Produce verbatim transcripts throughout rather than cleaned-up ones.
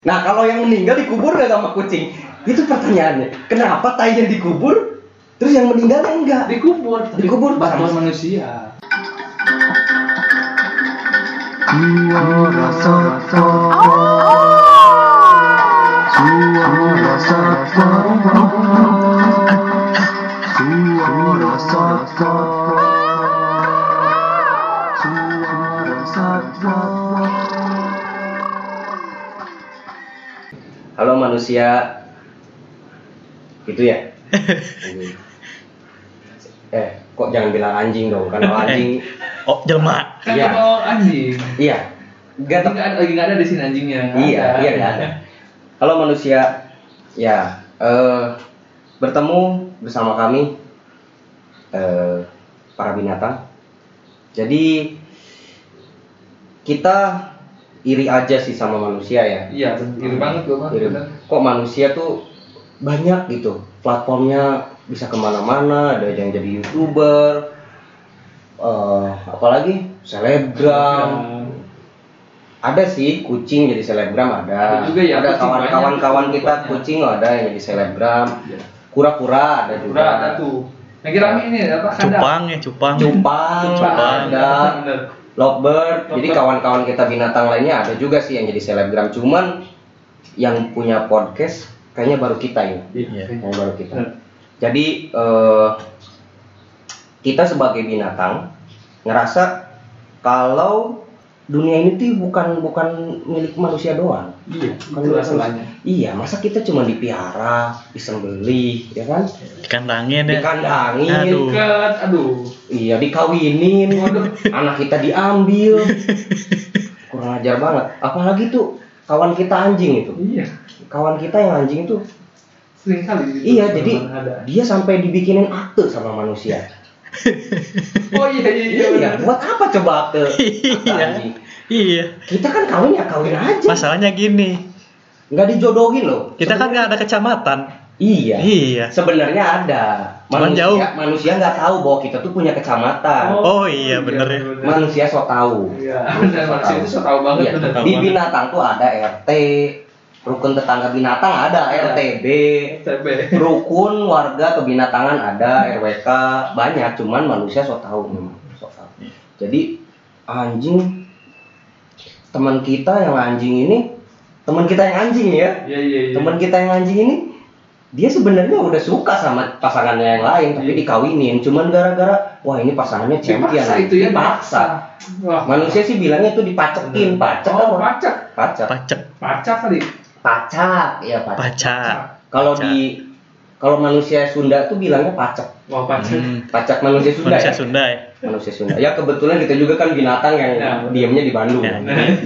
Nah, kalau yang meninggal dikubur nggak sama kucing? Itu pertanyaannya. Kenapa tai yang dikubur, terus yang meninggal enggak? Dikubur. Dikubur bantuan manusia. Suara Safa, Suara Safa, Suara Safa, Suara Safa. Halo manusia, gitu ya? eh, kok jangan bilang anjing dong? Kalau anjing, oh jelma. Kan Iya. kalau anjing. iya, Gak nggak ada, lagi nggak ada di sini anjingnya. Nggak Iya, ada. iya nggak ada. Halo manusia, ya eh, bertemu bersama kami eh, para binatang. Jadi kita iri aja sih sama manusia ya. Iya, iri banget gue mah. Iri. Kok manusia tuh banyak gitu, platformnya bisa kemana-mana. Ada yang jadi youtuber, eh, apalagi selebgram. Ada sih kucing jadi selebgram ada. Ada juga ya, ada kucing kawan-kawan banyak, kita banyak. kucing ada yang jadi selebgram. Iya. Kura-kura ada juga. Udah ada tuh. Yang kira ini apa? Kandang. Cupang ya cupang. Cupang, Cupang. ada. Bener. Lovebird. Jadi Lovebird. kawan-kawan kita binatang lainnya ada juga sih yang jadi selebgram. Cuman yang punya podcast kayaknya baru kita ya. Iya. Yang baru kita. Bener. Jadi eh, kita sebagai binatang ngerasa kalau dunia ini tuh bukan bukan milik manusia doang. Iya, Kan itu milik masalahnya. manusia. Iya, masa kita cuma dipelihara, disembelih, ya kan? Dikandangin ya. Dikandangin, Aduh. Dekat, aduh. iya dikawinin, Waduh. anak kita diambil, kurang ajar banget. Apalagi tuh kawan kita anjing itu, Iya, kawan kita yang anjing itu, sering kali. gitu. iya jadi Memang ada. dia sampai dibikinin akte sama manusia. Oh iya iya iya. Iya, bener. buat apa coba akte? Akte Iya. anjing. Iya. Kita kan kawin ya kawin aja, Masalahnya gini, nggak dijodohin loh. kita kan nggak ada kecamatan. Iya. Iya. Sebenarnya ada. Cuman Manusia, jauh. manusia nggak tahu bahwa kita tuh punya kecamatan. Oh iya bener ya. bener. Manusia sok tahu. Iya, bener, manusia itu so tau banget Iya. bener. Tahu Di banget. binatang tuh ada R T, rukun tetangga binatang ada, R T B, T B. rukun warga kebinatangan ada, R W K banyak. Cuman manusia sok tahu memang, sok tahu. Jadi anjing, teman kita yang anjing ini, teman kita yang anjing ya, Iya iya iya. teman kita yang anjing ini, dia sebenarnya udah suka sama pasangannya yang lain, tapi Iya. dikawinin. Cuman gara-gara, wah ini pasangannya champion. Dipaksa itu ya, Dipaksa. Wah. Manusia sih bilangnya tuh dipacekin, pacek Oh, apa? pacak. Pacek. Pacek. Pacak kali. Pacak, ya pacak. Pacak. Kalau Pacak. di kalau manusia Sunda tuh bilangnya pacek. Wah, pacak. Hmm. Pacak manusia Sunda Manusia ya? Sunda ya. Manusia Sunda. Ya kebetulan kita juga kan binatang yang Ya, betul. diamnya di Bandung. Ya.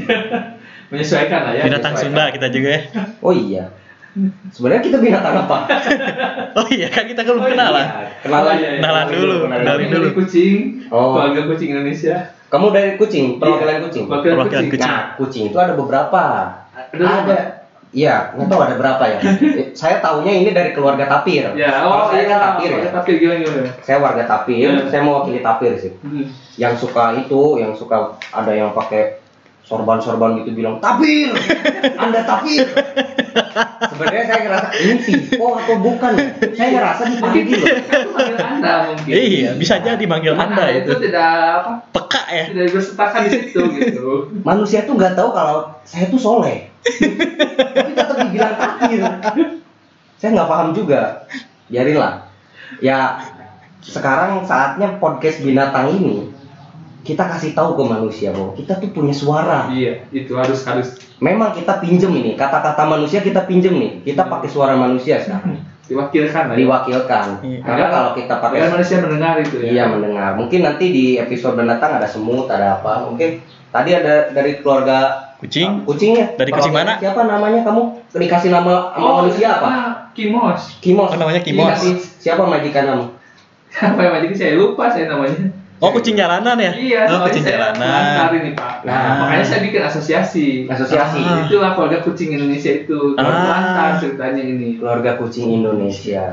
Menyesuaikan lah ya. Binatang Sunda kita juga ya. Oh iya. Sebenarnya kita binatang apa? Oh iya kan kita kan belum Oh, iya. kenalan. Kenalan, Oh, iya, iya. Kenalan dulu, kenalan kenalan Kami dulu. dari kucing. Oh. Keluarga kucing Indonesia. Kamu dari kucing, perwakilan Iya. kucing. Perwakilan Perwakilan kucing. kucing. Nah, kucing itu ada beberapa. Ada berapa? Iya, nggak tahu ada berapa ya. Eh, Saya taunya ini dari keluarga tapir. Ya, Kalau oh saya iya. kan tapir ya. Tapir gimana gimana? Saya warga tapir, Ya. saya mewakili tapir sih. Hmm. Yang suka itu, yang suka ada yang pakai sorban-sorban gitu bilang tapir, Anda tapir. Sebenarnya saya ngerasa ini Vivo atau bukan? Saya ngerasa dipanggil loh. Itu panggil Anda mungkin. Iya bisa jadi manggil Cuman Anda itu itu. tidak apa? Peka ya. Tidak bersertakan di situ gitu. Manusia tuh nggak tahu kalau saya tuh soleh, tapi tetap dibilang tapir. Saya nggak paham juga. Biarinlah. Ya sekarang saatnya podcast binatang ini kita kasih tahu ke manusia bahwa kita tuh punya suara. Iya, itu harus harus Memang kita pinjem ini kata-kata manusia, kita pinjem nih. Kita pakai suara manusia sekarang. diwakilkan lah. ya. Diwakilkan. Iya. Karena kalau kita Biar pakai manusia mendengar itu ya. iya mendengar. Mungkin nanti di episode mendatang ada semut, ada apa? Mungkin tadi ada dari keluarga Kucing. kucingnya. Dari kucing mana? Siapa namanya kamu? Dikasih nama sama manusia apa? ah, Kimos. Kimos. Oh, namanya Kimos. Dikasih siapa majikan kamu? Apa yang majikan saya lupa saya namanya. Oh kucing jalanan ya? Iya, Oh soalnya kucing saya jalanan. pengantar ini Pak. Nah, Nah. makanya saya bikin asosiasi. Asosiasi. Ah. Itulah keluarga kucing Indonesia itu. Ah. Pengantar ceritanya ini. Keluarga kucing Indonesia.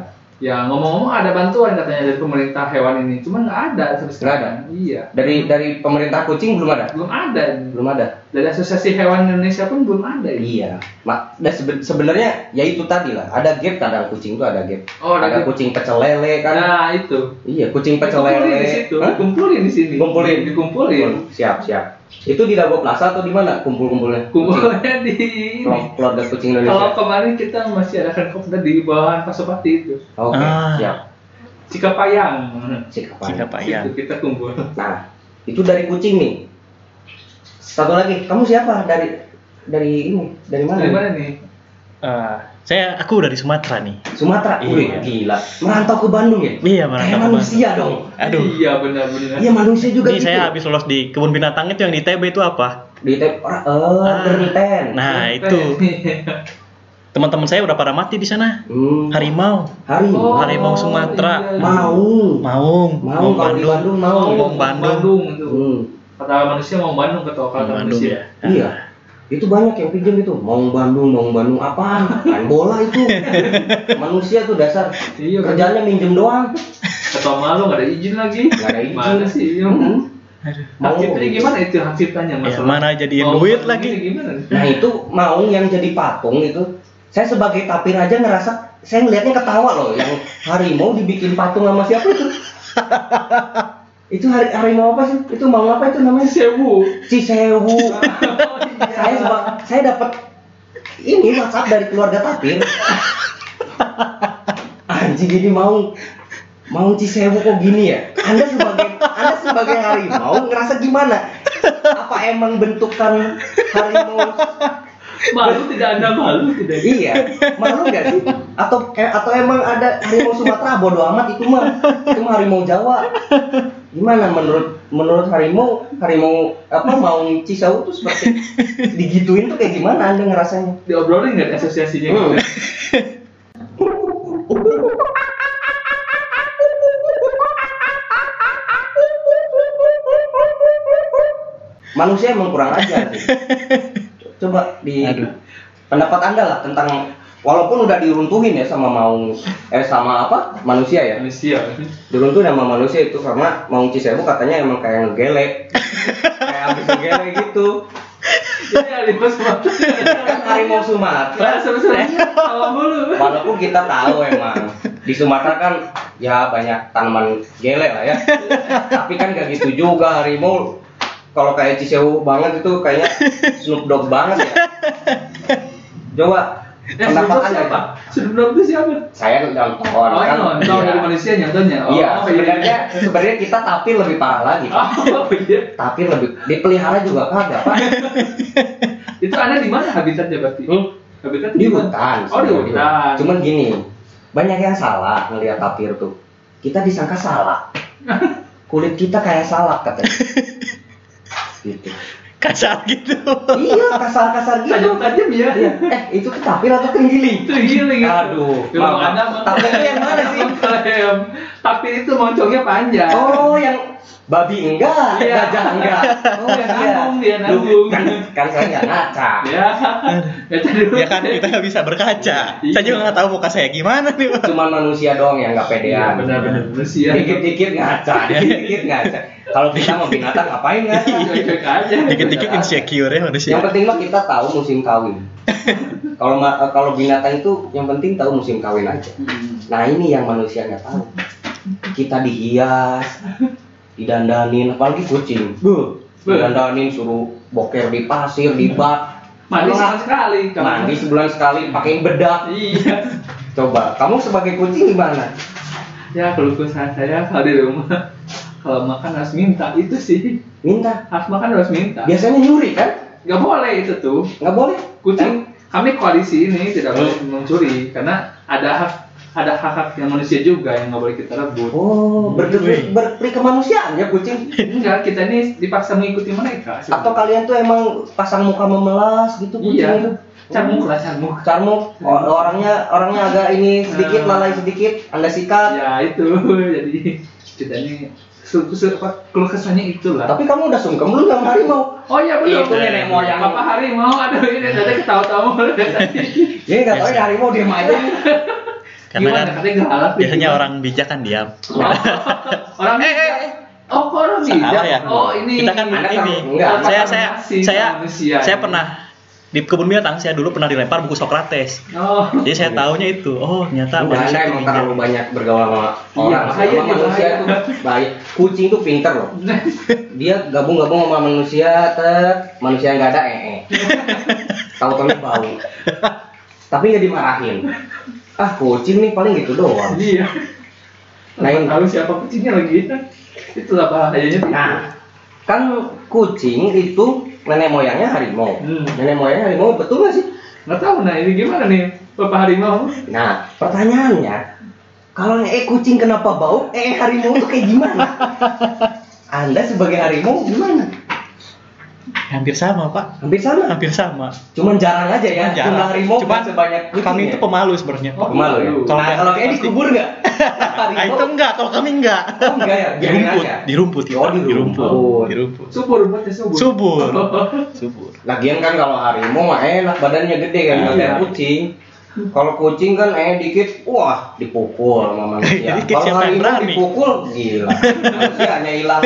Ya ngomong-ngomong ada bantuan katanya dari pemerintah hewan ini, cuman nggak ada sampai Nggak sekarang. Iya. Dari dari pemerintah kucing belum ada. Belum ada. Belum ada. Dari Asosiasi Hewan Indonesia pun belum ada. Ya? Iya. Mak, dan sebe- sebenarnya ya itu tadi lah. Ada gap kadang kucing tuh ada gap. Oh, ada ada gap. kucing pecel lele kan. Nah itu. Iya, kucing pecel Dikumpulin lele. di situ. Hah? Dikumpulin di sini. Kumpulin. Dikumpulin. Siap, siap. Itu di Dago Plaza atau di mana kumpul-kumpulnya? Kumpulnya di Kelom- keluarga kucing Kalau Indonesia. kemarin kita masih ada kopda di bawahan Pasopati itu. Oke, Ah. siap. Cikapayang. Sikap Cikapayang. Itu kita kumpul. Nah, itu dari kucing nih. Satu lagi, kamu siapa? Dari dari ini, dari mana? Dari mana nih? Eh, saya aku dari Sumatera nih. Sumatera. Iya. Wih, gila. Merantau ke Bandung ya? Iya, merantau Kayak ke manusia dong. Aduh. Iya benar-benar. Iya, manusia juga Ini gitu. saya habis lolos di kebun binatang itu yang di T B itu apa? Di tep, oh, Ah. Ternten. Nah, itu teman-teman saya udah pada mati di sana. Hmm. Harimau, Harimau. Harimau Sumatera. iya. Mau. Maung, Mau kalau di Bandung mau. Maung Bandung. Bandung itu. Hmm. Kata manusia mau Bandung kata kata Maung Bandung manusia. ya. Iya. Itu banyak yang pinjam itu. Mau Bandung, mau Bandung apaan? Main bola itu. Manusia tuh dasar. Iya, Kerjanya minjem doang. Kata malu nggak ada izin lagi. Nggak ada izin. Mana sih? Hmm. Aduh. Hak ciptanya gimana itu hak ciptanya Ya, masalah? mana jadiin Mau duit Bandung lagi. ini Gimana? Nah itu Maung yang jadi patung itu. Saya sebagai tapir aja ngerasa, saya ngelihatnya ketawa loh. Yang harimau dibikin patung sama siapa itu? Itu hari, harimau apa sih? Itu Maung apa itu namanya? Sewu. Cisewu. saya seba- saya dapat ini WhatsApp dari keluarga tapir. Anjing ini mau mau Cisewu kok gini ya? Anda sebagai Anda sebagai harimau ngerasa gimana? Apa emang bentukan harimau? Malu tidak ada malu tidak. Iya, malu nggak sih? Atau eh, atau emang ada harimau Sumatera? Bodoh amat itu mah. Itu mah harimau Jawa. Gimana menurut menurut harimau harimau apa mau Cisewu tuh seperti digituin tuh kayak gimana Anda ngerasanya? Diobrolin nggak asosiasinya Hmm. gitu? Manusia emang kurang ajar sih. Coba di Aduh. pendapat Anda lah tentang walaupun udah diruntuhin ya sama mau eh sama apa manusia ya, Manusia. diruntuhin sama manusia itu karena mau Cisewu katanya emang kayak ngegelek, kayak habis ngegelek gitu. Ini harimau Sumatera. Kan harimau Sumatera. Nah, sebenarnya awal dulu. Walaupun kita tahu emang di Sumatera kan ya banyak tanaman gele lah ya, tapi kan gak gitu juga harimau. Kalau kayak Cisewu banget itu kayaknya Snoop Dogg banget ya. Coba Eh, pendapat Snoop Anda. siapa? Snoop itu siapa? Saya nonton Oh, kan. nonton Iya. dari manusia nontonnya. Oh, Iya, oh, sebenarnya sebenarnya kita tapi lebih parah lagi. Oh, iya. Tapi lebih dipelihara juga kagak, Pak. Itu Anda di mana habitatnya berarti? Hmm? Habitat Di mana? hutan. Oh, di sebenarnya, hutan. Cuman gini, banyak yang salah ngelihat tapir tuh. Kita disangka salah. Kulit kita kayak salak katanya. Gitu. Kasar gitu. Iya, kasar-kasar gitu. Tajam-tajam ya. Iya. Eh, itu tuh tapir atau kenggili? Itu giling. Aduh, Kalau maaf. Anda mau- Tapir itu yang mana sih? Tapir itu moncongnya panjang. Oh, yang babi enggak, Iya. gajah enggak. Oh, Dia iya. nanggung, dia Duh, nanggung. Kan, kan saya nggak ngaca. Ya. Baca dulu. Ya kan kita nggak bisa berkaca. Iya. Saya juga nggak tahu muka saya gimana nih, Pak. Cuman manusia doang yang nggak Iya, pedean. benar-benar manusia. Dikit-dikit ngaca, dikit-dikit ngaca. Kalau kita mau binatang ngapain ngaca? Cuek-cuek aja. Dikit-dikit insecure ya manusia. Yang penting mah kita tahu musim kawin. Kalau ma- kalau binatang itu yang penting tahu musim kawin aja. Hmm. Nah ini yang manusia nggak tahu. Kita dihias, didandanin, apalagi kucing. Buh, didandanin suruh boker di pasir, di bak. Mandi Kalau sebulan nggak- sekali. kamu. Mandi sebulan sekali pakai bedak. Iya. Coba, kamu sebagai kucing gimana? Ya kalau kesalahan saya kalau di rumah kalau makan harus minta itu sih Minta. harus makan harus minta. Biasanya nyuri kan? Nggak boleh itu tuh. Nggak boleh. Kucing kami koalisi ini tidak boleh Hmm. mencuri karena ada hak ada hak-hak yang manusia juga yang nggak boleh kita rebut. Oh, berperi, berperi kemanusiaan ya kucing. Enggak, kita ini dipaksa mengikuti mereka. Atau kalian tuh emang pasang muka memelas gitu kucing iya, itu? carmuk lah carmuk. Carmuk, o- orangnya orangnya agak ini sedikit, Nah. lalai sedikit, Anda sikat. Ya itu, jadi kita ini su- su- apa keluh kesahnya itulah. Tapi kamu udah sungkem belum sama harimau? Oh iya betul. Itu nenek moyang. Bapak harimau, aduh ini tadi ketawa-tawa mulai dari tadi. Jadi nggak tahu ya harimau diam aja. Karena Gimana? kan Katanya galak. biasanya gimana? orang bijak kan diam. Oh, orang bijak. Oh, kok orang bijak? Salah ya. Oh, ini. Kita kan Anda ini. kan- enggak, Saya saya masih saya manusia. saya pernah di kebun binatang, saya dulu pernah dilempar buku Sokrates. Oh. Jadi saya taunya itu. Oh, ternyata Udah, manusia Anda itu emang bijak. terlalu banyak bergaul sama Iya, orang. bahaya, Sama manusia bahaya. itu bahaya. Kucing tuh pinter loh. Dia gabung-gabung sama manusia, ter manusia yang nggak ada, eh, eh. Tahu-tahu bau. Tapi nggak dimarahin. Ah, kucing nih paling gitu doang. Iya. Lain. Tahu siapa kucingnya lagi? Itulah bahayanya. itu. Nah, kan kucing itu nenek moyangnya harimau. Hmm. Nenek moyangnya harimau, betul nggak sih? Nggak tahu, nah ini gimana nih Bapak Harimau? Nah, pertanyaannya, kalau eh kucing kenapa bau, eh harimau tuh kayak gimana? Anda sebagai harimau gimana? Hampir sama, Pak. Hampir sama. Hampir sama. Cuman jarang aja ya. Cuman jarang. Jumlah harimau Cuman nggak sebanyak kucing Kami ya? itu pemalu sebenarnya. Oh, Pemalu ya. Kalau Kalau kayak- kalau kayak pasti- dikubur nggak? Ah, itu enggak, kalau kami enggak. Oh, enggak ya? Di Biarin rumput, aja. di rumput kita. Oh, di rumput. Di rumput. subur buatnya subur. Subur. Subur. Lagian kan kalau harimau mah enak, badannya gede kan, nggak kayak Iya. kucing. Kalau kucing kan eh dikit, wah dipukul sama manusia. Dikit Kalau siapa yang harimau berani? dipukul, gila. Manusia hanya hilang.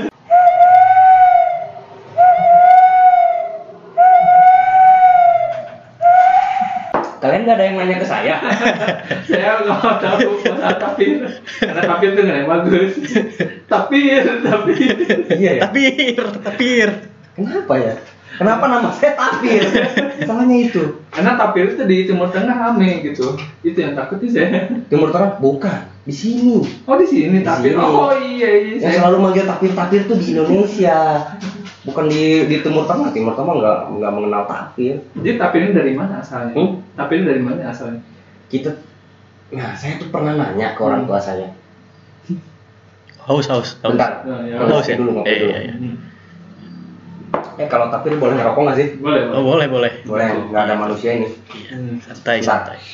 Kalian nggak ada yang nanya ke saya? Saya nggak tahu masalah tapir, karena tapir itu nggak yang bagus. Tapir, tapir. Iya ya. Tapir, tapir. Kenapa ya? Kenapa nama saya Tapir? Salahnya itu. Karena tapir itu di Timur Tengah rame gitu. Itu yang takut sih saya. Timur Tengah bukan di sini. Oh di sini Di tapir. sini. Oh iya iya. Yang Saya selalu manggil tapir-tapir tuh di Indonesia, bukan di di Timur Tengah. Timur Tengah nggak nggak mengenal tapir. Jadi tapir ini dari mana asalnya? Hmm? Tapir ini dari mana asalnya? Kita, nah saya tuh pernah nanya ke orang tua saya. Haus, haus. haus. Bentar, Ya, ya. ngopi Haus ya? dulu, ngopi Eh, dulu. iya, iya. Hmm. Eh kalau tapir boleh ngerokok nggak sih? Boleh Oh, boleh. boleh, boleh. Boleh, nggak ada manusia ini. Hmm. Santai, Bentar. santai.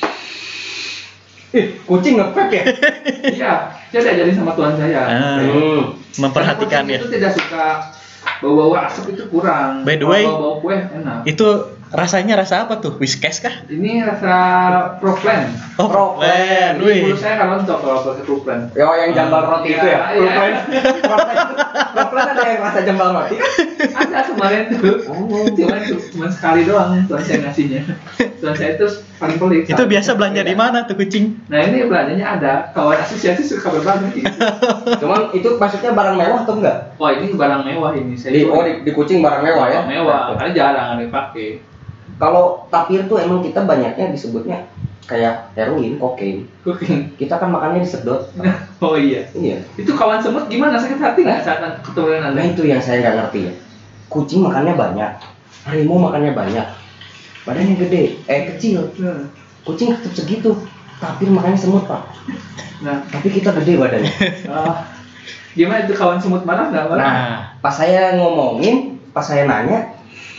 Ih, kucing ngepep ya? Iya, saya diajarin sama tuan saya. Ah, Hmm. memperhatikan Kucing ya. itu tidak suka bau-bau asap, itu kurang. By the way- Kalau bau kue enak. Itu rasanya rasa apa tuh? Whiskas kah? Ini rasa Proplan. Oh, Proplan. Ini Wih. mulut saya kan rontok kalau pakai Proplan. Yo yang jambal roti itu ya? Iya, Proplan. Proplan. Proplan ada yang rasa jambal roti? Ada kemarin tuh. Oh. Cuman cuman sekali doang tuan saya ngasihnya. Tuan saya itu paling pelit. Itu biasa belanja di mana tuh kucing? Nah ini belanjanya ada. Kawan asosiasi suka berbagi. Cuman itu maksudnya barang mewah atau enggak? Wah ini barang mewah ini. Saya Di, juga- oh di, di kucing barang mewah ya? Mewah. Karena jarang ada yang pakai. Kalau tapir tuh emang kita banyaknya disebutnya kayak heroin, kokain. Cooking. Kita kan makannya disedot. Oh iya. Iya. Itu kawan semut gimana, sakit hati nggak saat ketemu Nah anda? itu yang saya nggak ngerti ya. Kucing makannya banyak, harimau makannya banyak, badannya gede, eh kecil. Hmm. Kucing tetap segitu, tapir makannya semut pak. Nah, Tapi kita gede badannya. ah, gimana itu kawan semut marah nggak? Marah? Nah, pas saya ngomongin, pas saya nanya,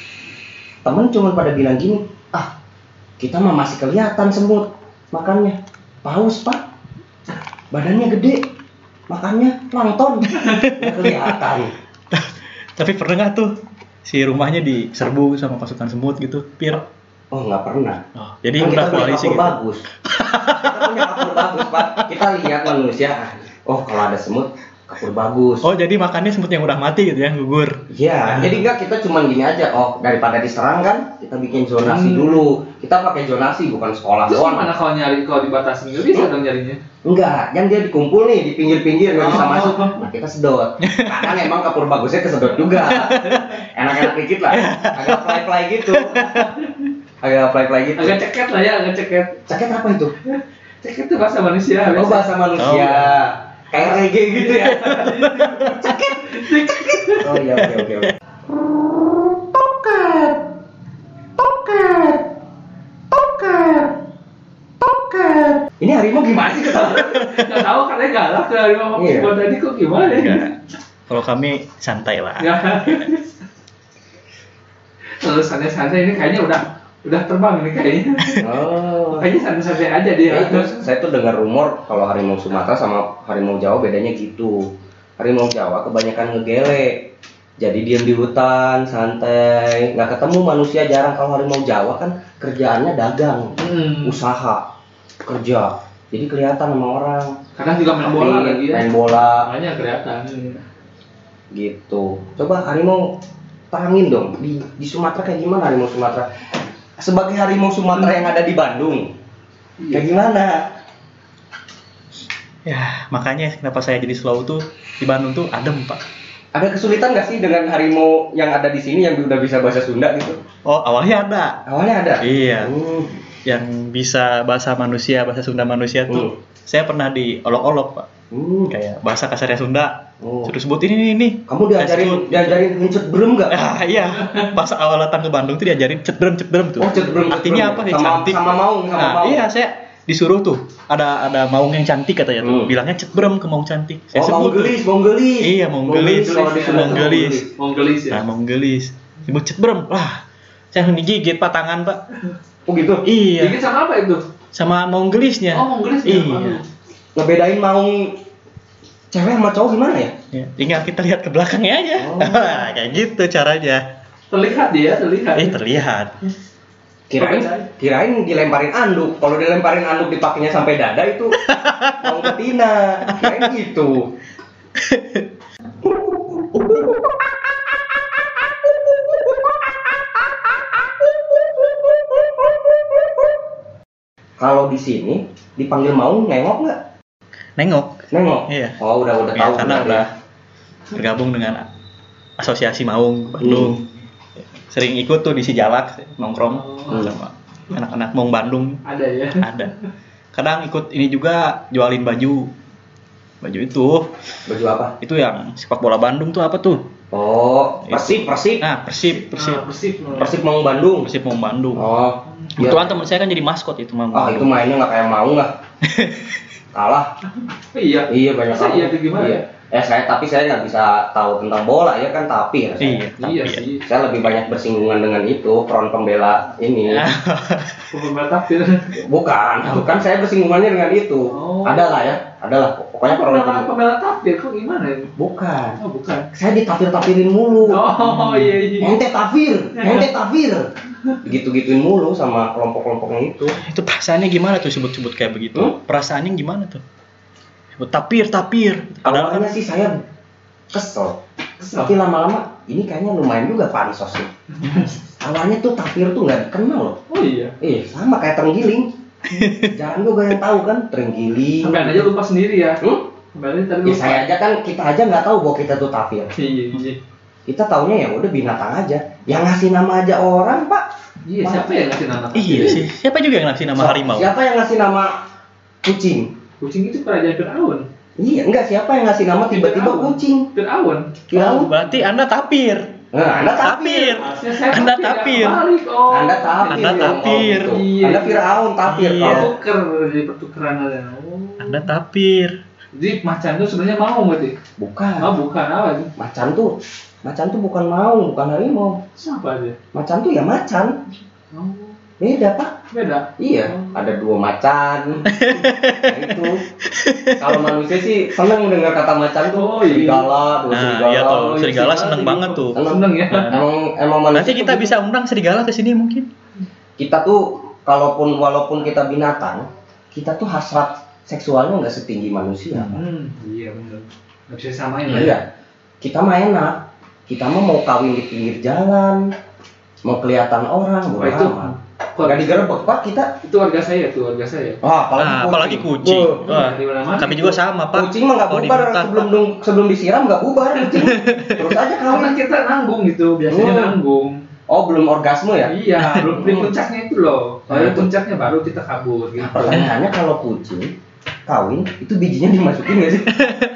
temen cuma pada bilang gini, ah kita mah masih kelihatan semut makannya, paus pak, badannya gede, makannya plankton, nggak kelihatan. Tapi pernah nggak tuh si rumahnya diserbu sama pasukan semut gitu, Pir? Oh nggak pernah. Oh, jadi Kan udah kita punya koalisi kapur gitu. bagus. Kita punya kapur bagus pak. Kita lihat manusia. Oh kalau ada semut kapur bagus. Oh, jadi makannya semut yang udah mati gitu ya, gugur. Iya. Jadi enggak kita cuma gini aja. Oh daripada diserang kan kita bikin zonasi Hmm. dulu. Kita pakai zonasi bukan sekolah Terus doang. gimana kalau nyari, kalau dibatasin nggak bisa dong nyarinya? Enggak, yang dia dikumpul nih di pinggir-pinggir nggak bisa Oh. masuk. Nah kita sedot. Kadang emang kapur bagusnya kesedot juga. Enak-enak dikit lah. Agak fly-fly gitu. Agak fly-fly gitu. Agak ceket lah ya, agak ceket. Ceket apa itu? Ceket itu bahasa manusia. Oh biasa. bahasa manusia. Kayak reggae gitu ya. Ceket. Ceket. Oh iya oke oke oke. Toket. Toket. Toket. Toket. Ini harimau gimana sih ketawa? Nggak tahu katanya galak ke harimau Iya. buat tadi kok gimana ya? Kalau kami santai lah. Ya. Lalu santai-santai ini kayaknya udah udah terbang ini kayaknya. Oh. Kayaknya santai-santai aja dia. Ya, itu saya tuh dengar rumor kalau harimau Sumatera sama harimau Jawa bedanya gitu. Harimau Jawa kebanyakan ngegele. Jadi diam di hutan, santai, nggak ketemu manusia jarang. Kalau harimau Jawa kan kerjaannya dagang, Hmm. usaha, kerja. Jadi kelihatan sama orang. Kadang juga main bola Tapi lagi ya. Main bola Makanya kelihatan. gitu. Coba harimau terangin dong di di Sumatera kayak gimana harimau Sumatera? Sebagai harimau Sumatera yang ada di Bandung, kayak gimana? Ya, makanya kenapa saya jadi slow tuh di Bandung tuh adem, Pak. Ada kesulitan nggak sih dengan harimau yang ada di sini yang udah bisa bahasa Sunda gitu? Oh, awalnya ada. Awalnya ada. Iya. Hmm. Yang bisa bahasa manusia, bahasa Sunda manusia tuh. Hmm. Saya pernah diolok-olok, Pak. Hmm. Kayak bahasa kasarnya Sunda. Oh. Suruh sebut ini ini ini. Kamu diajarin diajarin ngencet brem nggak? Ah, iya. Pas awal datang ke Bandung tuh diajarin cetbrem cetbrem tuh. Oh, cetbrem, Artinya cetbrem. apa sih? Sama- Cantik. sama maung, sama Nah, maung. iya, saya disuruh tuh. Ada ada maung yang cantik katanya tuh. Hmm. Bilangnya cetbrem ke maung cantik. Saya Oh, sebut tuh. monggelis, monggelis. Iya, monggelis. Kalau di Sunda tuh Monggelis. Monggelis ya. Nah, monggelis. Sebut cetbrem. Wah. Saya digigit Pak tangan, Pak. Oh gitu. Iya. Ini sama apa itu? Sama monggelisnya. Oh, monggelis ya. Iya. Ngebedain maung cewek sama cowok gimana ya? Ya, tinggal kita lihat ke belakangnya aja. Oh. Kayak gitu caranya. Terlihat dia, terlihat. Eh, terlihat. Kirain kirain dilemparin anduk. Kalau dilemparin anduk dipakainya sampai dada itu maung betina. Kirain gitu. Kalau di sini dipanggil maung nengok nggak? Nengok. Nengok. Iya. Oh udah udah Ya, tahu. karena berarti. udah bergabung dengan asosiasi maung Bandung. Sering ikut tuh di Sijalak nongkrong Oh. sama anak-anak maung Bandung. Ada ya. Ada. Kadang ikut ini juga jualin baju. Baju itu, Baju apa? itu yang sepak bola Bandung tuh apa tuh? Oh Persib Persib Nah, Persib, Persib. Ah, Persib. Persib Maung Bandung. Persib Maung Bandung. Oh. Kebetulan teman saya kan jadi maskot itu Maung Ah itu Bandung. mainnya nggak kayak Maung lah. Kalah. Iya. Iya banyak Masa kalah. iya, itu gimana? Iya. Eh saya tapi saya nggak bisa tahu tentang bola ya kan tapi ya. Iya, Saya. tapi Iya ya. sih. Saya lebih banyak bersinggungan dengan itu front pembela ini. Pemain takdir. Bukan, bukan saya bersinggungannya dengan itu. Oh. Ada lah ya, ada lah. Pokoknya front Pemain pembela. pemain takdir kok gimana ini? Bukan. Oh, bukan. Saya ditafir-tafirin mulu. Oh, iya iya. Ente tafir, ente tafir. Gitu-gituin mulu sama kelompok-kelompoknya itu. Itu perasaannya gimana tuh sebut-sebut kayak begitu? Hmm? Perasaannya gimana tuh? Sebut tapir, tapir. Padahal kan Awalnya sih saya kesel. Kesel. Tapi lama-lama ini kayaknya lumayan juga pansos sih. Awalnya tuh tafir tuh nggak dikenal loh. Oh iya. Eh sama kayak terenggiling. Jarang juga yang tahu kan terenggiling. Sampai aja lupa sendiri ya. Hmm? Sampai aja tadi Ya lupa. saya aja kan kita aja nggak tahu bahwa kita tuh tafir. Iya iya. Kita taunya ya udah binatang aja. Yang ngasih nama aja orang pak. Iya, siapa yang ngasih nama? iya sih. Siapa juga yang ngasih nama So, harimau? Siapa yang ngasih nama kucing? Kucing itu kerajaan Fir'aun. Iya enggak siapa yang ngasih nama tiba-tiba Fir'aun. kucing? Fir'aun. Fir'aun. Oh, berarti Anda tapir. Nah, anda tapir. Tapir. Harusnya saya Anda tapir, tapir. ya, balik. Oh. Anda tapir. Anda dong, tapir. kalau gitu. Iya. Anda Firaun tapir Iya. kalau. Tuker jadi pertukaran ada. Oh. Anda tapir. Jadi macan itu sebenarnya mau berarti? Bukan. Oh, bukan apa itu? Macan tuh, macan tuh bukan maung, bukan harimau. Siapa dia? Macan tuh ya macan. Oh, Beda pak. beda. Iya, Oh. ada dua macan. Nah, itu. Kalau manusia sih seneng dengar kata macan tuh. Oh, iya. Serigala, dua Nah, serigala. iya kalau Oh, serigala iya, seneng gitu. banget tuh. Seneng. Seneng ya. Emang emang manusia. Nanti kita tuh bisa undang serigala ke sini mungkin. Kita tuh kalaupun walaupun kita binatang, kita tuh hasrat seksualnya nggak setinggi manusia. Pak. Hmm, iya benar. Nggak bisa samain lah. ya. Iya. Kita mah enak. Kita mah mau kawin di pinggir jalan, mau kelihatan orang, Wah, bodo itu amat. Nggak digerebek pak kita. itu warga saya tuh, warga saya. Wah, apalagi Nah, kucing. apalagi kucing. Tuh. Wah, Di mana-mana kami itu. juga sama, Pak. Kucing mah nggak Kalau bubar dimakan, sebelum Pak. dung- sebelum disiram nggak bubar kucing. Terus aja Karena kawin. kita nanggung gitu, biasanya Oh. nanggung. Oh belum orgasme ya? Iya, belum di puncaknya itu loh. Kalau Nah, di puncaknya baru kita kabur gitu. Pertanyaannya kalau kucing kawin itu bijinya dimasukin nggak sih?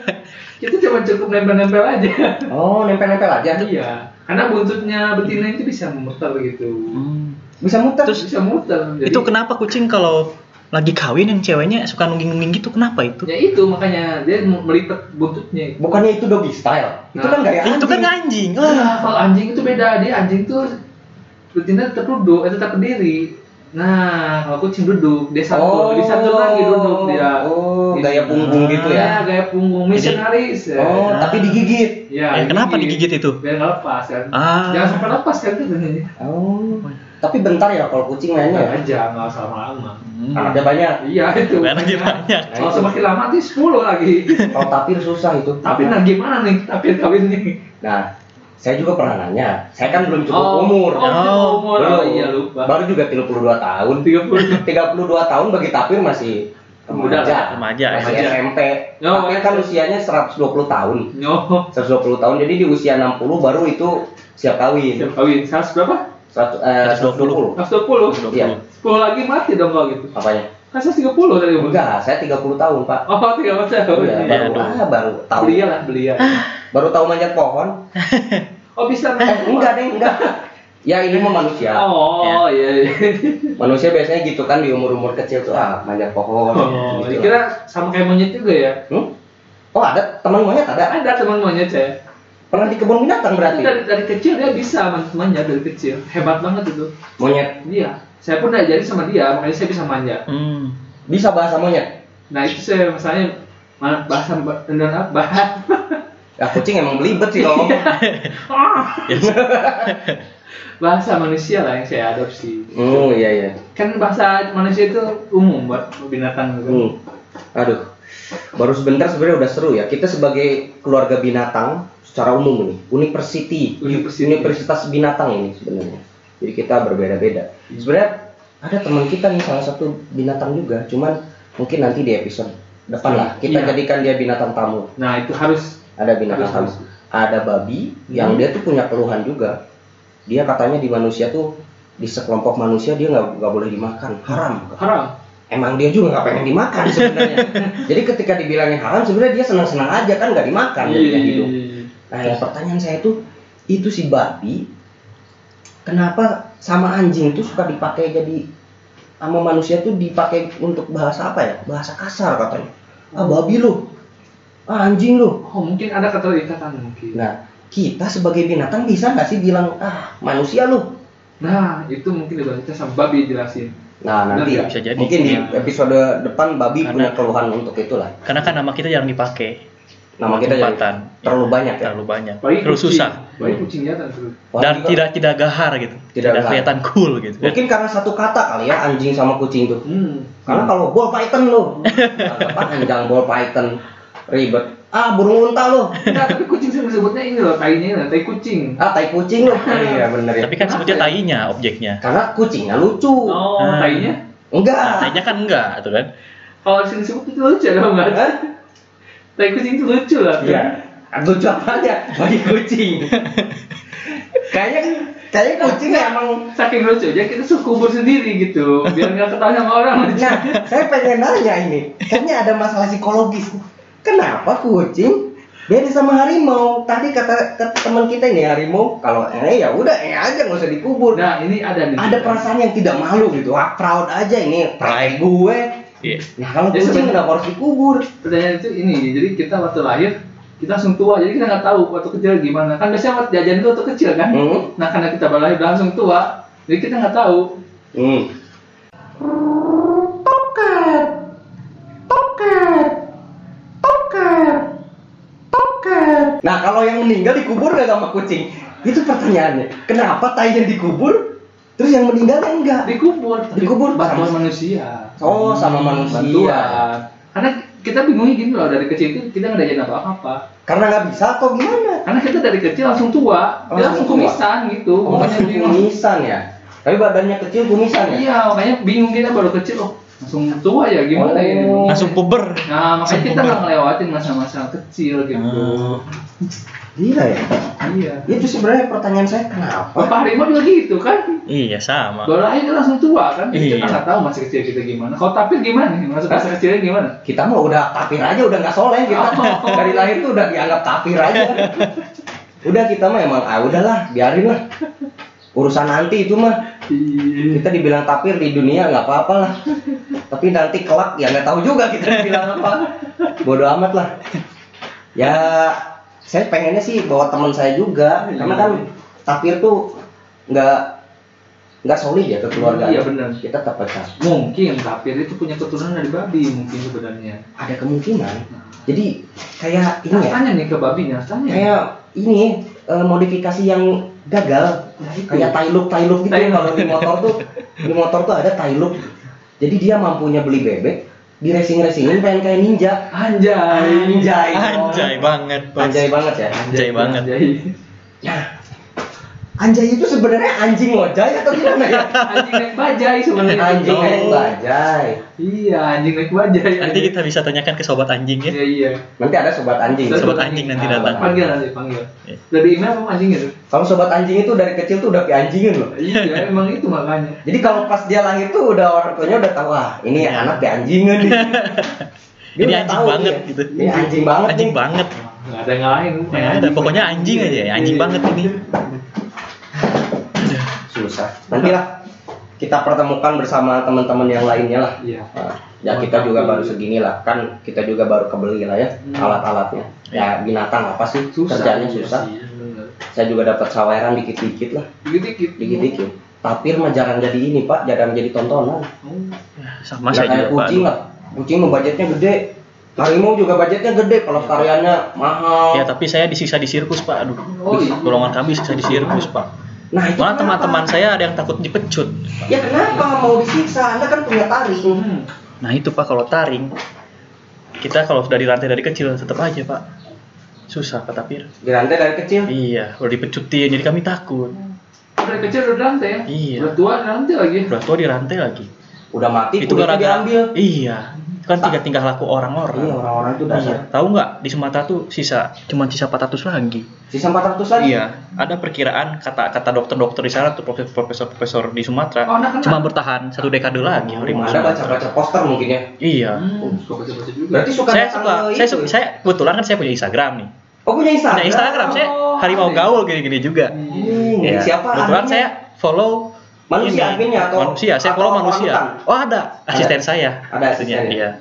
Kita cuma cukup nempel-nempel aja. Oh nempel-nempel aja. Iya, karena buntutnya betina itu bisa memutar gitu. Hmm. Bisa muter. Terus Bisa muter. Jadi, itu kenapa kucing kalau lagi kawin yang ceweknya suka nungging-nungging gitu? Kenapa itu? Ya itu makanya dia melipet buntutnya. Bukannya itu doggy style? Itu Nah, kan gaya Eh, anjing. itu kan anjing. Wah, Wah. kalau anjing itu beda. Dia anjing tuh betina tetap duduk, eh, tetap berdiri. Nah, kalau kucing duduk, dia satu, Oh. di satu lagi duduk dia. Oh, Gitu. gaya punggung gitu ya. Ya, gaya punggung missionaris. ya. Oh, tapi digigit. Ya, Eh, kenapa digigit itu? Biar nggak lepas kan. Ah. Jangan sampai lepas kan katanya. Oh. Tapi bentar ya kalau kucing mainnya. Nggak aja, nggak usah lama-lama. Hmm. Anaknya banyak. Iya itu. Anaknya banyak. Kalau semakin lama nanti sepuluh lagi. Kalau tapir susah itu. Tapi nah gimana nih tapir kawin nih? Nah, saya juga pernah nanya. Saya kan belum cukup Oh, umur. Oh, Oh, umur. Belum. Oh, iya lupa. Baru juga tiga puluh dua tahun. tiga puluh. tiga puluh dua tahun bagi tapir masih Muda remaja. lah, remaja, Masih remaja. S M P. Oh, Tapir kan usianya seratus dua puluh tahun. Nyoh. seratus dua puluh tahun. Jadi di usia enam puluh baru itu siap kawin. Siap kawin. Seratus berapa? seratus eh, seratus dua puluh. Seratus dua puluh. Iya. Sepuluh lagi mati dong kalau gitu. Apanya? Kan seratus tiga puluh tadi umur. Enggak, saya tiga puluh tahun, Pak. Oh, tiga puluh tahun. Iya, Iya. baru aduh. ah, baru tahu. Belia lah, belia. Baru tahu manjat pohon. Oh bisa. Eh, enggak deh, enggak. Ya ini mah manusia. Oh, iya iya. Manusia biasanya gitu kan di umur-umur kecil tuh ah manjat pohon. Oh, gitu lah. kira sama kayak monyet juga ya? Hmm? Oh ada teman monyet ada. Ada teman monyet saya. Pernah di kebun binatang Itu berarti. dari dari kecil dia bisa manjat dari kecil. Hebat banget itu. Monyet Iya. Saya pun diajari sama dia, makanya saya bisa manjat. Hmm. bisa bahasa monyet. Nah itu saya misalnya ma- bahasa dan apa? Ya kucing emang belibet sih kalau ngomong. Bahasa manusia lah yang saya adopsi. Oh iya iya. Kan bahasa manusia itu umum buat binatang gitu. Hmm. Aduh. Baru sebentar sebenarnya udah seru ya. Kita sebagai keluarga binatang secara umum nih, university, University. universitas binatang ini sebenarnya. Jadi kita berbeda-beda. Sebenarnya ada teman kita nih salah satu binatang juga, cuman mungkin nanti di episode depan lah kita Iya. jadikan dia binatang tamu. Nah itu harus. Ada binatang tamu. Harus, harus. Ada babi yang Hmm. dia tuh punya keluhan juga. Dia katanya di manusia tuh di sekelompok manusia dia nggak nggak boleh dimakan, haram. Haram. Emang dia juga nggak pengen dimakan sebenarnya. Jadi ketika dibilangin haram sebenarnya dia senang-senang aja kan nggak dimakan jadinya hidup. Nah yang pertanyaan saya tuh itu si babi kenapa sama anjing tuh suka dipakai jadi sama manusia tuh dipakai untuk bahasa apa ya? Bahasa kasar katanya. Ah babi lu, ah, anjing lu. Oh mungkin ada keterikatan mungkin. Nah kita sebagai binatang bisa nggak sih bilang ah manusia lu? Nah itu mungkin juga kita sama babi jelasin. Nah nanti Benar, bisa jadi. mungkin di episode depan babi Karena- punya keluhan untuk itulah. Karena kan nama kita jarang dipakai. Nama kita jadi Tempatan. terlalu banyak ya. Terlalu banyak. Apalagi Terus kucing. susah. Apalagi kucing jantan terus. Wah, Dan juga- tidak tidak gahar gitu. Tidak Tidak, gahar. kelihatan cool gitu. Mungkin karena satu kata kali ya anjing sama kucing tuh. Hmm. Karena kalau ball python lo, apa panjang ball python ribet. Ah burung unta lo, Enggak, tapi kucing saya sebutnya ini loh, tainya lah, tai kucing. ah tai kucing lo. Iya bener ya. Tapi kan sebutnya tainya objeknya. Karena kucingnya lucu. Oh, Ah. tainya. Nah, Enggak. tainya kan enggak tuh kan. Kalau di sini sebut itu lucu dong, enggak? Hah? Tai kucing itu lucu lah. Iya. Lucu apanya? Bagi kucing. Kayaknya kayaknya kucing emang. Saking lucunya kita suka kubur sendiri gitu, biar nggak ketahuan sama orang. Nah, saya pengen nanya ini. Kayaknya ada masalah psikologis. Kenapa kucing beda sama harimau? Tadi kata, kata teman kita ini harimau, kalau eh ya udah eh aja nggak usah dikubur. Nah ini ada nih. Ada perasaan yang tidak malu gitu. Wah, proud aja ini pride gue. Iya. Nah, kalau Ya, kucing sebenarnya- kenapa harus dikubur? Pertanyaan itu ini, jadi kita waktu lahir kita langsung tua, jadi kita nggak tahu waktu kecil gimana. Kan biasanya waktu jajan itu waktu kecil kan. Hmm. Nah karena kita baru lahir udah langsung tua, jadi kita nggak tahu. Hmm. Nah, kalau yang meninggal dikubur nggak sama kucing? Itu pertanyaannya. Kenapa tainya dikubur, terus yang meninggalnya enggak? Dikubur, tapi Dikubur bantuan sama- manusia. Oh, sama manusia. Bantuan. Karena kita bingungnya gini loh, dari kecil itu kita nggak diajarin apa-apa. Karena nggak bisa atau gimana? Karena kita dari kecil langsung tua, Oh, dia langsung langsung tua. kumisan gitu. Oh, Makanya bingung. kumisan ya. Tapi badannya kecil kumisan ya. Iya, makanya bingung kita baru kecil loh. Langsung tua ya gimana Oh. ini? Langsung puber. Nah, makanya Langsung kita puber. nggak ngelewatin masa-masa kecil gitu. Hmm. Gila ya. Iya. Itu sebenarnya pertanyaan saya kenapa? Bapak harimau juga gitu kan? Iya sama. Baru lahir dia langsung tua kan? Jadi kita Iya. nggak tahu masa kecil kita gimana. Kalau tapir gimana nih? Masa masa kecilnya gimana? Kita mah udah tapir aja, udah nggak soleh kita. Oh. Dari lahir tuh udah dianggap tapir aja. Udah kita mah emang ah udahlah, biarin lah. Urusan nanti itu mah. Iya. Kita dibilang tapir di dunia nggak apa-apa lah. Tapi nanti kelak ya nggak tahu juga kita dibilang apa. Bodoh amat lah. Ya saya pengennya sih bawa teman saya juga, karena kan tapir tuh nggak nggak solid ya kekeluargaan. Iya, benar. Kita tetap pecah. Mungkin tapir itu punya keturunan dari babi mungkin sebenarnya. Ada kemungkinan. Jadi kayak ini Harus ya. tanya nih ke babinya, harus tanya. Kayak ini eh, modifikasi yang gagal. Nah, itu. Kayak tailuk tailuk gitu. Tailuk. Kalau di motor tuh di motor tuh ada tailuk. Jadi dia mampunya beli bebek, di racing racingin pengen kayak ninja. Anjay. Anjay. Anjay banget, Bos. Anjay banget ya. Anjay banget. Anjay. Nah, anjay itu sebenarnya anjing ngojay atau gimana ya? Anjing naik bajai sebenarnya. Anjing Oh. naik bajai. Iya, anjing naik bajai. Nanti kita bisa tanyakan ke sobat anjing ya. Iya, iya. Nanti ada sobat anjing. Sobat anjing nanti Ah, datang. Panggil nanti, panggil. Iya. Dari email apa anjingnya tuh? Kalau sobat anjing itu dari kecil tuh udah pianjingin loh. Iya, emang itu makanya. Jadi kalau pas dia lahir tuh udah orang tuanya udah tahu, ah ini Iya. anak pianjingan nih. Dia Ini udah anjing tahu banget dia. gitu. Ini anjing banget Anjing nih. banget. Nggak ada yang ngalahin. Ya, ada pokoknya anjing aja ya, anjing banget ini. Susah. Nantilah kita pertemukan bersama teman-teman yang lainnya lah. Iya. Nah, ya kita juga baru segini lah, kan kita juga baru kebeli lah ya Hmm. alat-alatnya. Ya binatang apa sih Susah. kerjanya iya susah. sih, bener. Saya juga dapat saweran dikit-dikit lah, Dikit-dikit. dikit-dikit. Tapir mah jarang jadi ini pak, jarang jadi tontonan. Oh. Sama Nggak saya kayak juga, Pak. kucing lah, kucing mah budgetnya gede. Harimau juga budgetnya gede, kalau tariannya mahal. Ya, tapi saya disiksa di sirkus, Pak. Aduh. Oh, iya. Golongan kami disiksa di sirkus, Pak. Nah itu Malah kenapa? teman-teman saya ada yang takut dipecut. Ya kenapa mau disiksa? Anda kan punya taring. Hmm. Nah, itu Pak, kalau taring kita kalau sudah dirantai dari kecil tetap aja, Pak. Susah, Pak Tapir. Dirantai dari kecil. Iya, udah dipecutin, jadi kami takut. Dari kecil udah dirantai ya? Iya. Udah tua dirantai lagi. Udah tua dirantai lagi. Udah mati, Itu kulitnya gara-gara diambil. Iya. Itu kan tiga tingkah laku orang-orang. Iya, orang-orang itu dasar. Iya. Tahu nggak di Sumatera tuh sisa cuma sisa empat ratus lagi. Sisa empat ratus lagi. Iya, ada perkiraan kata-kata dokter-dokter di sana tuh profesor-profesor di Sumatera Oh, Anda kenal? cuma bertahan satu dekade lagi harimau Anda Sumatera. baca-baca poster mungkin ya. Iya. Hmm, suka baca-baca juga. Berarti suka Saya datang suka, ke saya itu suka, ya? saya kebetulan kan saya punya Instagram nih. Oh punya Instagram. Punya Instagram saya Oh, harimau ada. gaul gini-gini juga. Hmm, Iya. siapa Kebetulan adminnya? saya follow Manusia ini, adminnya atau- manusia, saya atau follow manusia. orangutan? Oh ada, asisten saya. Ada Itunya, asistennya? Iya.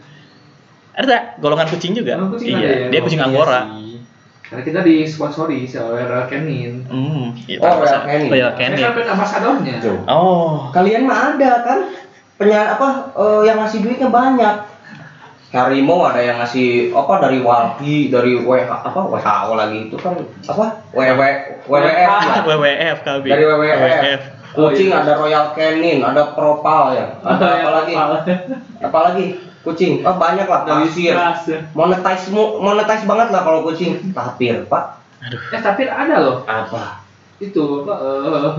Ada golongan kucing juga. Emang kucing iya, ada ya? dia kucing Oh, iya Angora. sih. Karena kita disponsori oleh Royal Canin. Hmm, iya, Oh, Royal saya- Canin. Royal Saya Canin. kan brand ambasadornya. Tuh. Oh, Kalian mah ada kan? Penya apa eh, yang ngasih duitnya banyak. Harimau ada yang ngasih apa dari Walhi, dari W H apa W H O lagi itu kan apa W W W W F ya. W W F kami. Dari W W F. Kucing Oh, iya. ada Royal Canin, ada Propal ya. Ada Oh, apa lagi? Apa lagi? Kucing. Oh banyak lah Dari pasir. Stras. Monetize mu- monetize banget lah kalau kucing. Tapir, Pak. Aduh. Eh tapi ada loh. Apa? Itu apa? eh,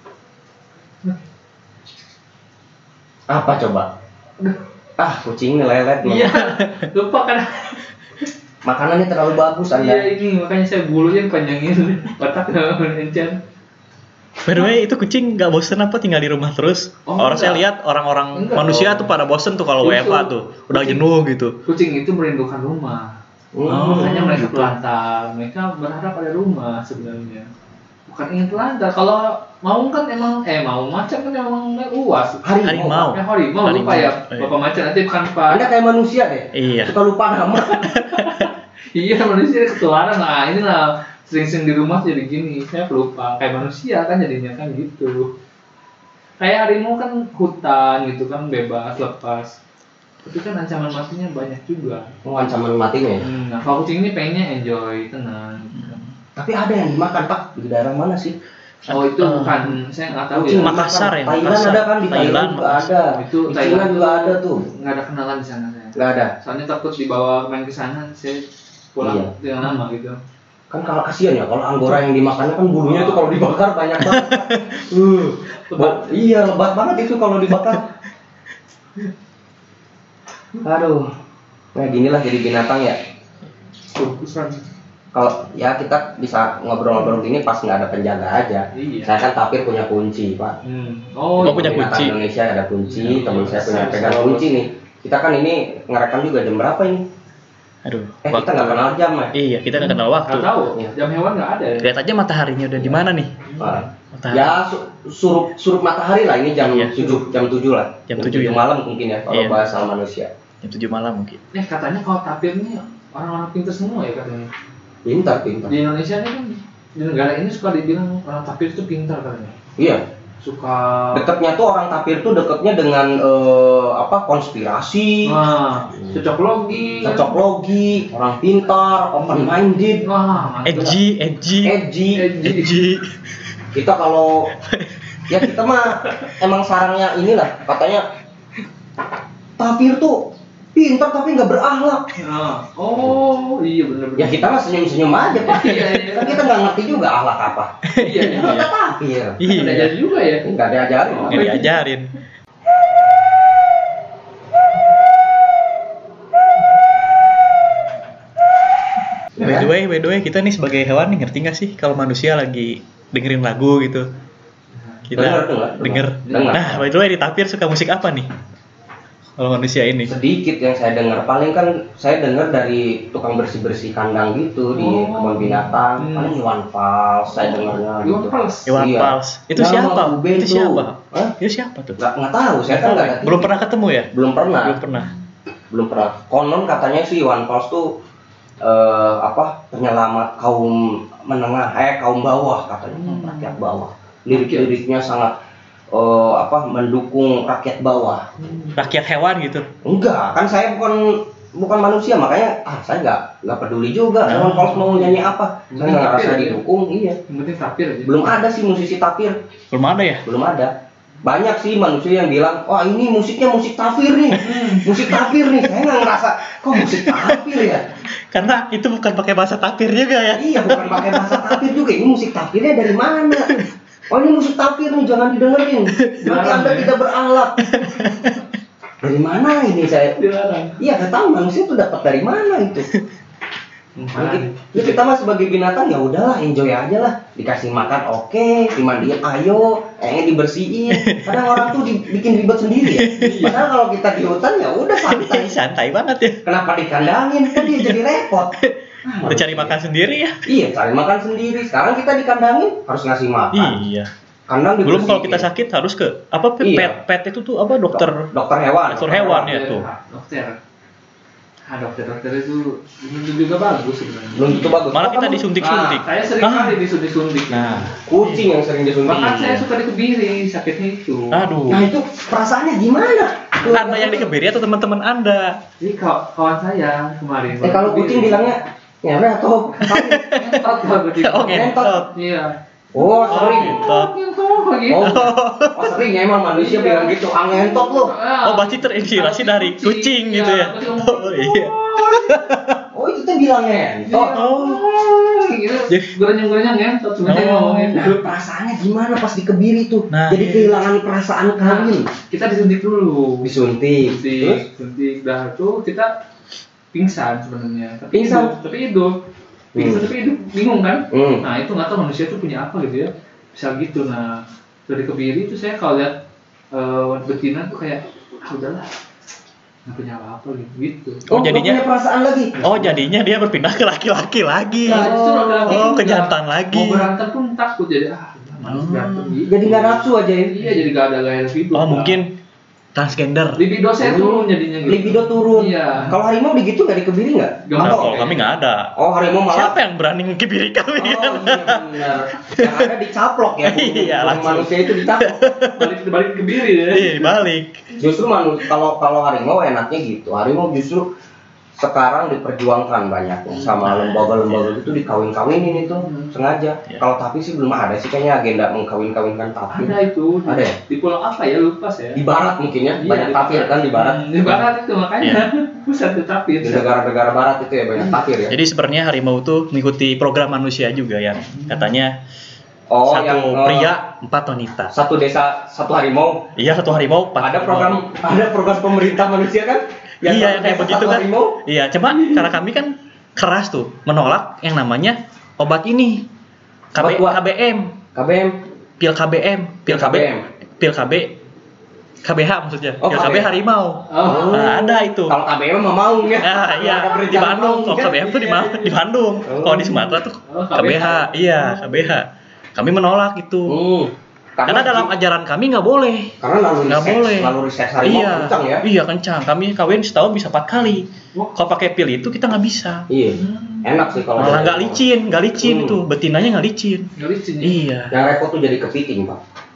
Apa coba? Ah, kucing lelet. Bang. Iya. Lupa kan? Makanannya terlalu bagus Iya Anda. ini makanya saya bulunya panjangin otak encer. By the way, itu kucing nggak bosen apa tinggal di rumah terus? Oh, orang saya enggak. lihat orang-orang Enggak manusia dong. tuh pada bosen tuh kalau W Itu F H tuh, udah kucing. jenuh gitu. Kucing itu merindukan rumah. Hmm. Makanya mereka gitu. telantar. Mereka berharap ada rumah sebenarnya. Bukan ingin telantar. Kalau maung kan emang eh maung macan kan emang luas. Harimau. Ya harimau lupa ya. Iya. Bapak macan nanti bukan Pak. Anda kayak manusia deh. Iya. Suka lupa nama. Iya manusia ketularan lah. Ini lah sering-sering di rumah jadi gini. Saya pelupa kayak manusia kan jadinya kan gitu. Kayak harimau kan hutan gitu kan bebas lepas. Tapi kan ancaman matinya banyak juga. Oh, ancaman matinya ya. Hmm, nah kalau kucing ini pengennya enjoy tenang. Gitu. Tapi ada yang dimakan, Pak. Di daerah mana sih? Oh itu Eh, bukan, saya nggak tahu Kucing ya. dimakan. Makassar ya, Thailand Makassar. ada kan di Thailand, Thailand, juga Makassar. ada. Itu Di Thailand Cina juga ada tuh. Nggak ada kenalan di sana saya. Nggak ada. Soalnya takut dibawa main ke sana, saya pulang Iya. dengan nama gitu. Kan kalau kasihan ya, kalau anggora yang dimakannya kan bulunya tuh kalau dibakar banyak banget. uh, Lebat. iya lebat banget itu kalau dibakar. Aduh, nah ginilah jadi binatang ya. Kurkusan. Kalau ya kita bisa ngobrol-ngobrol gini pas nggak ada penjaga aja. Iya. Saya kan tapir punya kunci, Pak. Hmm. Oh, Oh, punya Binatang kunci. Indonesia ada kunci, Iya, teman iya. saya punya Saya- pegang saya- kunci nih. Kita kan ini ngerekam juga jam berapa ini? Aduh. Eh kita nggak kenal jam ya. Iya, kita nggak kenal waktu. Nggak tahu. Iya. Jam hewan nggak ada. Ya? Lihat aja mataharinya udah di mana nih? Nah, Matahari. ya su- surup surup matahari lah ini jam Iya. tujuh jam tujuh lah. Jam tujuh ya. malam mungkin ya kalau Iya. bahasa manusia. Jam tujuh malam mungkin. Eh katanya kalau tapir nih orang-orang pintar semua ya katanya. Pintar pintar. Di Indonesia ini kan di negara ini suka dibilang orang tapir itu pintar katanya. Iya. suka Deketnya tuh orang tapir tuh deketnya dengan eh, apa konspirasi, nah, cocok logi, cocok logi, orang pintar, open minded, wah, mantap. edgy, edgy, edgy. edgy. Kita kalau ya kita mah emang sarangnya inilah katanya tapir tuh pintar tapi nggak berakhlak. Nah, oh iya benar-benar. Ya kita mah senyum-senyum aja Pak. Iya, iya. Kan kita nggak ngerti juga akhlak apa. Iya, Kita iya. nggak tapir. Iya. Ada jadi juga ya. Nggak diajarin. Nggak diajarin. By the way, by the way, kita nih sebagai hewan nih ngerti nggak sih kalau manusia lagi dengerin lagu gitu? Kita Dengar, dengar, denger. dengar. Nah, by the way di tapir suka musik apa nih? Kalau manusia ini. Sedikit yang saya dengar, paling kan saya dengar dari tukang bersih-bersih kandang gitu di Oh. kebun binatang, Hmm. paling Iwan Fals saya dengarnya. Iwan gitu. Fals. Iwan Iya. Fals. Itu Nama siapa? band Itu tuh. siapa? Hah? Itu siapa tuh? Nggak, nggak tahu, saya kan nggak ada. Belum pernah ketemu ya? Belum pernah. Belum pernah. Belum pernah. Konon katanya sih Iwan Fals tuh eh, apa penyelamat kaum menengah, eh kaum bawah katanya, Hmm. rakyat bawah. Lirik-liriknya sangat eh, apa mendukung rakyat bawah. Rakyat hewan gitu. Enggak, kan saya bukan bukan manusia, makanya ah saya nggak nggak peduli juga. Ah. Iwan Fals mau nyanyi apa, saya nggak Tapir ngerasa aja. didukung. Iya, Yang penting tapir aja. belum ada sih musisi tapir, Belum ada ya? belum ada. Banyak sih manusia yang bilang, wah ini musiknya musik tapir nih, musik tapir nih. Saya nggak ngerasa, kok musik tapir ya? Karena itu bukan pakai bahasa tapir juga ya. Iya, bukan pakai bahasa tapir juga. Ini musik tapirnya dari mana? Oh ini musik tapir nih, jangan didengerin. Nanti Dilarang, Anda ya? tidak berakhlak. Dari mana ini saya? Dilarang. Iya, nggak tahu manusia itu dapat dari mana itu. Mungkin ya kita mah sebagai binatang ya udahlah enjoy aja lah, dikasih makan oke, dimandiin ayo, kayaknya dibersihin. Kadang orang tuh dibikin ribet sendiri ya. Padahal kalau kita di hutan ya udah santai. Santai banget ya. Kenapa dikandangin? Kan dia jadi repot. Ah, Udah cari makan sendiri ya. Iya, cari makan sendiri. Sekarang kita dikandangin harus ngasih makan. Iya. Kandang Belum dibersihin. kalau kita sakit harus ke apa pet Iya. pet itu tuh apa dokter dokter hewan. dokter hewan ya tuh. Dokter. Ah, dokter-dokter itu itu juga bagus sebenarnya. Belum tentu bagus. Malah Oh, kita kamu- disuntik-suntik. Nah, saya sering Ah. kali disuntik-suntik. Nah, Kucing yang sering disuntik. Bahkan saya suka dikebiri, sakitnya itu. aduh. Nah itu perasaannya gimana? Anda yang dikebiri atau teman-teman Anda? Jadi kaw- kawan saya kemarin. Eh kalau kucing bilangnya nyampe atau ngentot kalau kucing. Oh, ngentot. Iya. oh sering. Ngentot. Ngentot gitu. Oh, oh sering ya emang manusia bilang gitu. Ah ngentot lu. Oh, berarti terinspirasi dari kucing gitu ya? Oh, iya. Oh itu tuh bilang ngentot. Oh. Gitu. Jadi- Geranyang-geranyang ngentot sebenarnya Oh. ngomongin. Nah, perasaannya gimana pas dikebiri tuh? Nah, Jadi iya. kehilangan perasaan kawin. Kita disuntik dulu. Disuntik. Terus? Suntik, suntik. Dah tuh kita pingsan sebenarnya. Tapi Pingsan? hidup, tapi hidup. Pingsan Hmm. tapi hidup, bingung kan? Hmm. Nah itu nggak tahu manusia tuh punya apa gitu ya. Bisa gitu. Nah dari kebiri itu saya kalau lihat eh, betina tuh kayak ah udahlah nggak punya apa-apa gitu. gitu. Oh, nggak jadinya- punya perasaan lagi. Oh, jadinya dia berpindah ke laki-laki lagi. Nah, justru laki-laki Oh, tuh ke nggak- jantan lagi. Mau berantem pun takut jadi ah udah, malas Oh. berantem gitu. Jadi nggak nafsu aja ya. Iya jadi nggak ada gairah hidup. Oh, lah. mungkin transgender. libido saya turun jadinya gitu. Libido turun. Iya. Kalau harimau begitu nggak dikebiri nggak? Nggak Nah, mau. kalau kami nggak ada. Oh harimau malah. Siapa yang berani ngekibiri kami Oh kan? iya benar. Yang ada dicaplok ya. Bu. Iya, Yang langsung. manusia itu dicaplok. balik balik kebiri ya. Iya, dibalik. Justru manu kalau kalau harimau enaknya gitu. Harimau justru sekarang diperjuangkan banyaknya sama lembaga-lembaga itu dikawin-kawinin itu Hmm. sengaja. Ya. Kalau tapi sih belum ada sih kayaknya agenda mengkawin-kawinkan tapir. Ada itu. Ada ya? Di pulau apa ya lupa saya. Di barat mungkin ya, Iya, banyak di tapir barat. kan di barat. Hmm, di barat itu makanya pusat di tapir. Di negara-negara barat itu ya banyak tapir ya. Jadi sebenarnya harimau tuh mengikuti program manusia juga yang katanya Oh satu yang eh, pria, empat wanita. satu desa satu harimau. Iya, satu harimau, empat Ada program ada program pemerintah manusia kan? Iya, satu yang kayak desa, begitu satu kan. harimau. Iya, coba karena kami kan keras tuh menolak yang namanya obat ini. K B, Obat K B M, K B M. pil K B M, pil K B, K B M. pil K B, K B H maksudnya. Oh, Pil K B K B. harimau. Oh. Nah, ada itu. Kalau K B M mah mau ya. Ah, iya, Ada di berencana Bandung. mau, Kalau kan? K B M tuh di, Ma- di Bandung. Oh. Kalau di Sumatera tuh Oh, K B H. Iya, K B H. Kami menolak itu. Hmm. Karena dalam ajaran kami nggak boleh. karena lalu Nggak riset, boleh. lalu riset harimau Iya, kencang ya. iya kencang. Kami kawin setahun bisa empat kali. Oh. Kalau pakai pil itu kita nggak bisa. Iya. Hmm. Enak sih kalau Malah dari nggak harimau. licin, nggak licin Hmm. itu. Betinanya nggak licin. Nggak licin ya. Iya. Yang repot tuh jadi kepiting, Pak.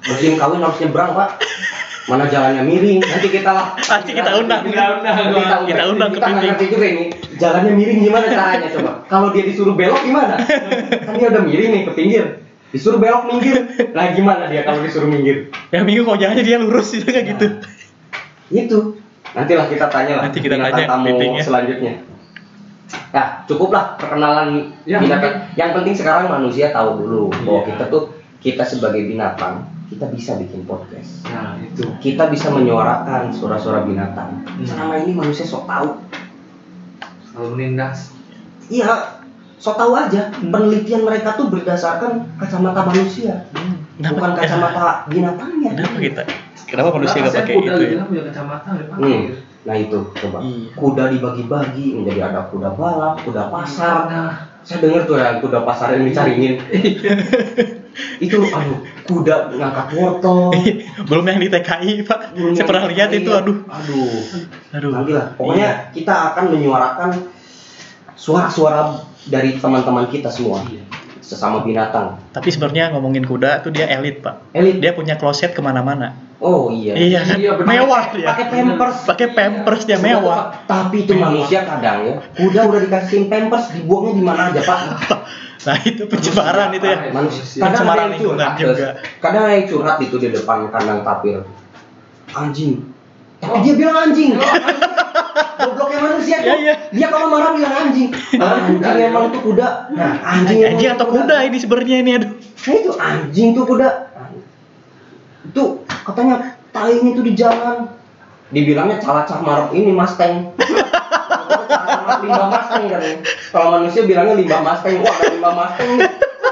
musim kawin harus nyebrang pak. Mana jalannya miring, nanti kita lah. Pasti kita undang. Kita undang. Nanti kita undang, Kita undang ke kita nggak Pimping. ngerti juga ini jalannya miring gimana caranya coba. Kalau dia disuruh belok gimana? Kan dia udah miring nih ke pinggir. Disuruh belok minggir. Nah gimana dia kalau disuruh minggir? Yang minggu kok jalannya dia lurus itu kayak gitu. Itu. Nantilah kita tanya lah. Nanti kita binatang tanya tamu Pimpingnya. selanjutnya. Nah, cukuplah perkenalan Ya, binatang. Yang penting sekarang manusia tahu dulu bahwa Iya. kita tuh kita sebagai binatang kita bisa bikin podcast. Nah itu. Kita bisa menyuarakan suara-suara binatang. Hmm. Selama ini manusia sok tahu. Kalau menindas. Iya, sok tahu aja. Penelitian mereka tuh berdasarkan kacamata manusia, Kenapa- bukan kacamata binatangnya. Kenapa kita? Kenapa manusia nggak Saya pakai kuda itu ya? bilang punya kacamata nggak pakai. Hmm. Nah itu coba. Iya. Kuda dibagi-bagi menjadi ada kuda balap, kuda pasar. Nah, Saya dengar tuh yang kuda pasar yang dicariin. Itu aduh, kuda ngangkat wortel. Belum yang di T K I pak. Belum Saya yang pernah lihat dicariin. itu, aduh. Aduh. Aduh. Nanti lah. Pokoknya Iya. kita akan menyuarakan suara-suara dari teman-teman kita semua. Sesama binatang. Tapi sebenarnya ngomongin kuda tuh dia elit pak. Elit. Dia punya kloset kemana-mana. Oh iya. Iya kan? Iya, benar. Mewah dia. Pakai pampers. Pakai pampers dia mewah. Tapi itu manusia kadang ya. Kuda udah dikasihin pampers, dibuangnya di mana aja pak. Nah itu pencemaran itu ya. Manusia. Pencemaran Kadang ada yang lingkungan curhat. juga. Kadang ada yang curhat itu di depan kandang tapir. Anjing. Tapi dia bilang anjing. Gobloknya manusia tuh. Iya, iya. Dia kalau marah bilang anjing. Anjing emang itu kuda. Nah, anjing emang Anjing itu atau kuda ini sebenarnya ini aduh. Nah itu anjing tuh kuda. Itu katanya tainya itu di jalan. Dibilangnya calacah marok ini Mustang. Calacah limbah Mustang kan. Kalau manusia bilangnya limbah Mustang. Wah, ada limbah Mustang nih.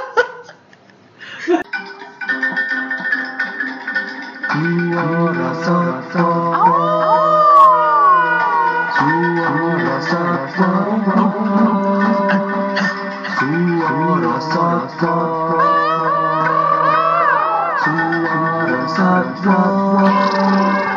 Suara Satwa. Suara Satwa. Suara Satwa. Suara Satwa.